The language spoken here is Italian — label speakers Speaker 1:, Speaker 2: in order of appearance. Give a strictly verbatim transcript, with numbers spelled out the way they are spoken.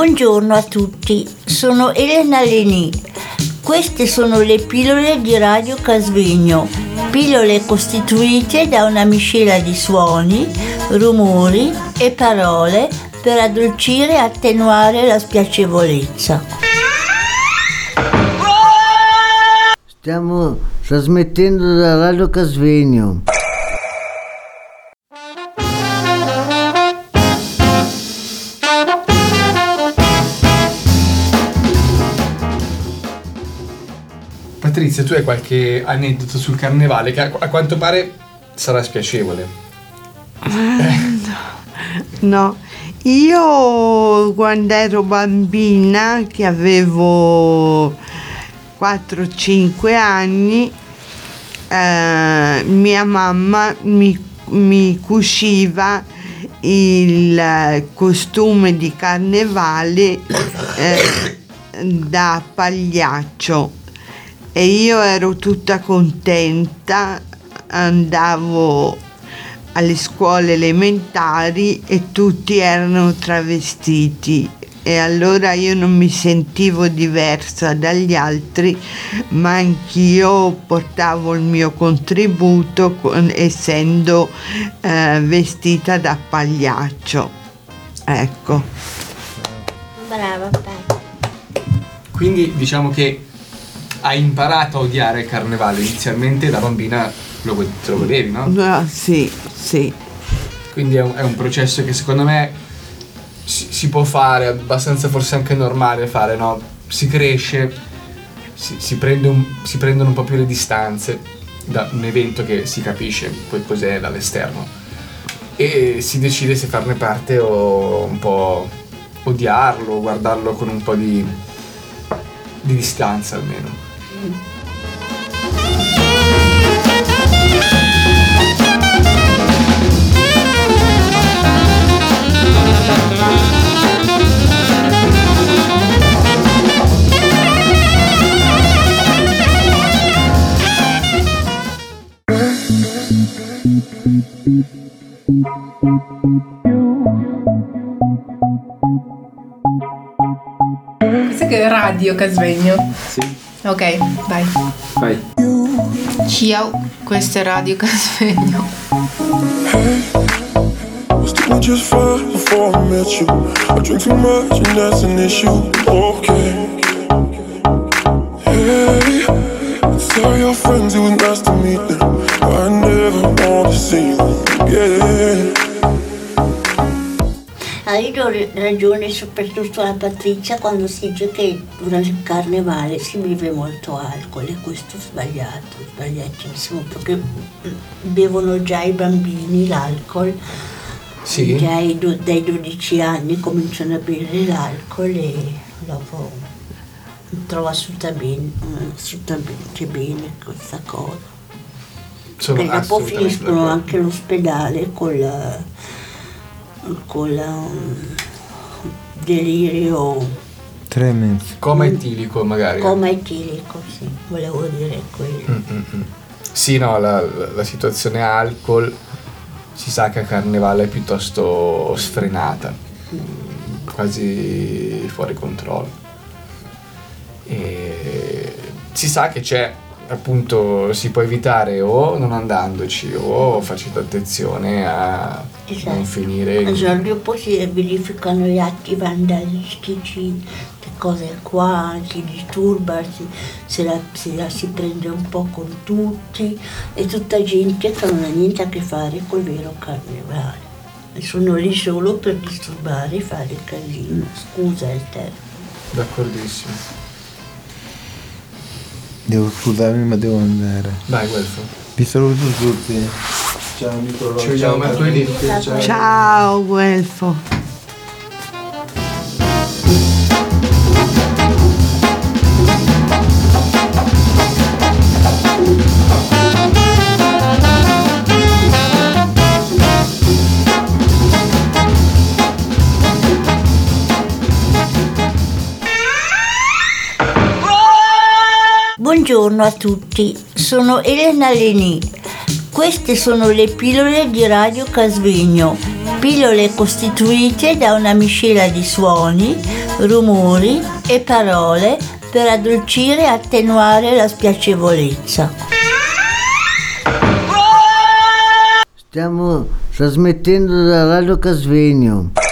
Speaker 1: Buongiorno a tutti, sono Elena Leni. Queste sono le pillole di Radio Casvegno, pillole costituite da una miscela di suoni, rumori e parole per addolcire e attenuare la spiacevolezza.
Speaker 2: Stiamo trasmettendo da Radio Casvegno.
Speaker 3: Patrizia, tu hai qualche aneddoto sul carnevale che a quanto pare sarà spiacevole?
Speaker 4: No, io quando ero bambina, che avevo quattro cinque anni, eh, mia mamma mi, mi cuciva il costume di carnevale eh, da pagliaccio. E io ero tutta contenta, andavo alle scuole elementari e tutti erano travestiti e allora io non mi sentivo diversa dagli altri, ma anch'io portavo il mio contributo con, essendo eh, vestita da pagliaccio. Ecco.
Speaker 1: Brava Pat.
Speaker 3: Quindi diciamo che hai imparato a odiare il carnevale. Inizialmente da bambina lo, te lo godevi, no?
Speaker 4: Ah, sì, sì.
Speaker 3: Quindi è un, è un processo che secondo me si, si può fare, abbastanza forse anche normale fare, no? Si cresce, si, si, prende un, si prendono un po' più le distanze da un evento che si capisce poi cos'è dall'esterno e si decide se farne parte o un po' odiarlo, guardarlo con un po' di, di distanza almeno.
Speaker 5: Questo che è Radio Casvegno?
Speaker 3: Sì.
Speaker 5: Ok, vai.
Speaker 3: Vai.
Speaker 5: Ciao, questo è Radio Casvegno.
Speaker 6: Was doing just fine before I met you. I drink too much and that's an issue. Okay. Hey, tell your friends it was nice to meet them. I never want to see you again.
Speaker 1: Ha ragione soprattutto la Patrizia quando si dice che durante il carnevale si beve molto alcol e questo è sbagliato, sbagliatissimo, perché bevono già i bambini l'alcol,
Speaker 3: sì.
Speaker 1: Già dai dodici anni cominciano a bere l'alcol e dopo non trovo assolutamente, assolutamente bene questa cosa.
Speaker 3: Sono
Speaker 1: Perché dopo
Speaker 3: assolutamente
Speaker 1: finiscono
Speaker 3: d'accordo.
Speaker 1: anche all'ospedale con la con la um, delirio
Speaker 2: Tremens.
Speaker 3: Coma etilico magari.
Speaker 1: coma etilico, sì, volevo dire quello.
Speaker 3: Mm-mm. Sì, no, la, la, la situazione alcol si sa che a carnevale è piuttosto sfrenata, quasi fuori controllo. E si sa che c'è, appunto, si può evitare o non andandoci o facendo attenzione a
Speaker 1: Esatto.
Speaker 3: non finire in...
Speaker 1: Il giorno dopo si verificano gli atti vandalistici, queste cose qua, si disturba, si, se, la, se la si prende un po' con tutti, è tutta gente che non ha niente a che fare col vero carnevale. E sono lì solo per disturbare e fare casino, scusa il termine.
Speaker 3: D'accordissimo.
Speaker 7: Devo scusarmi ma devo andare.
Speaker 3: Vai, Guelfo.
Speaker 7: Vi saluto tutti. Ciao Nicolò.
Speaker 3: Ci vediamo mercoledì.
Speaker 7: Ciao.
Speaker 4: Ciao Guelfo.
Speaker 1: Buongiorno a tutti, sono Elena Leni. Queste sono le pillole di Radio Casvegno, pillole costituite da una miscela di suoni, rumori e parole per addolcire e attenuare la spiacevolezza.
Speaker 2: Stiamo trasmettendo da Radio Casvegno.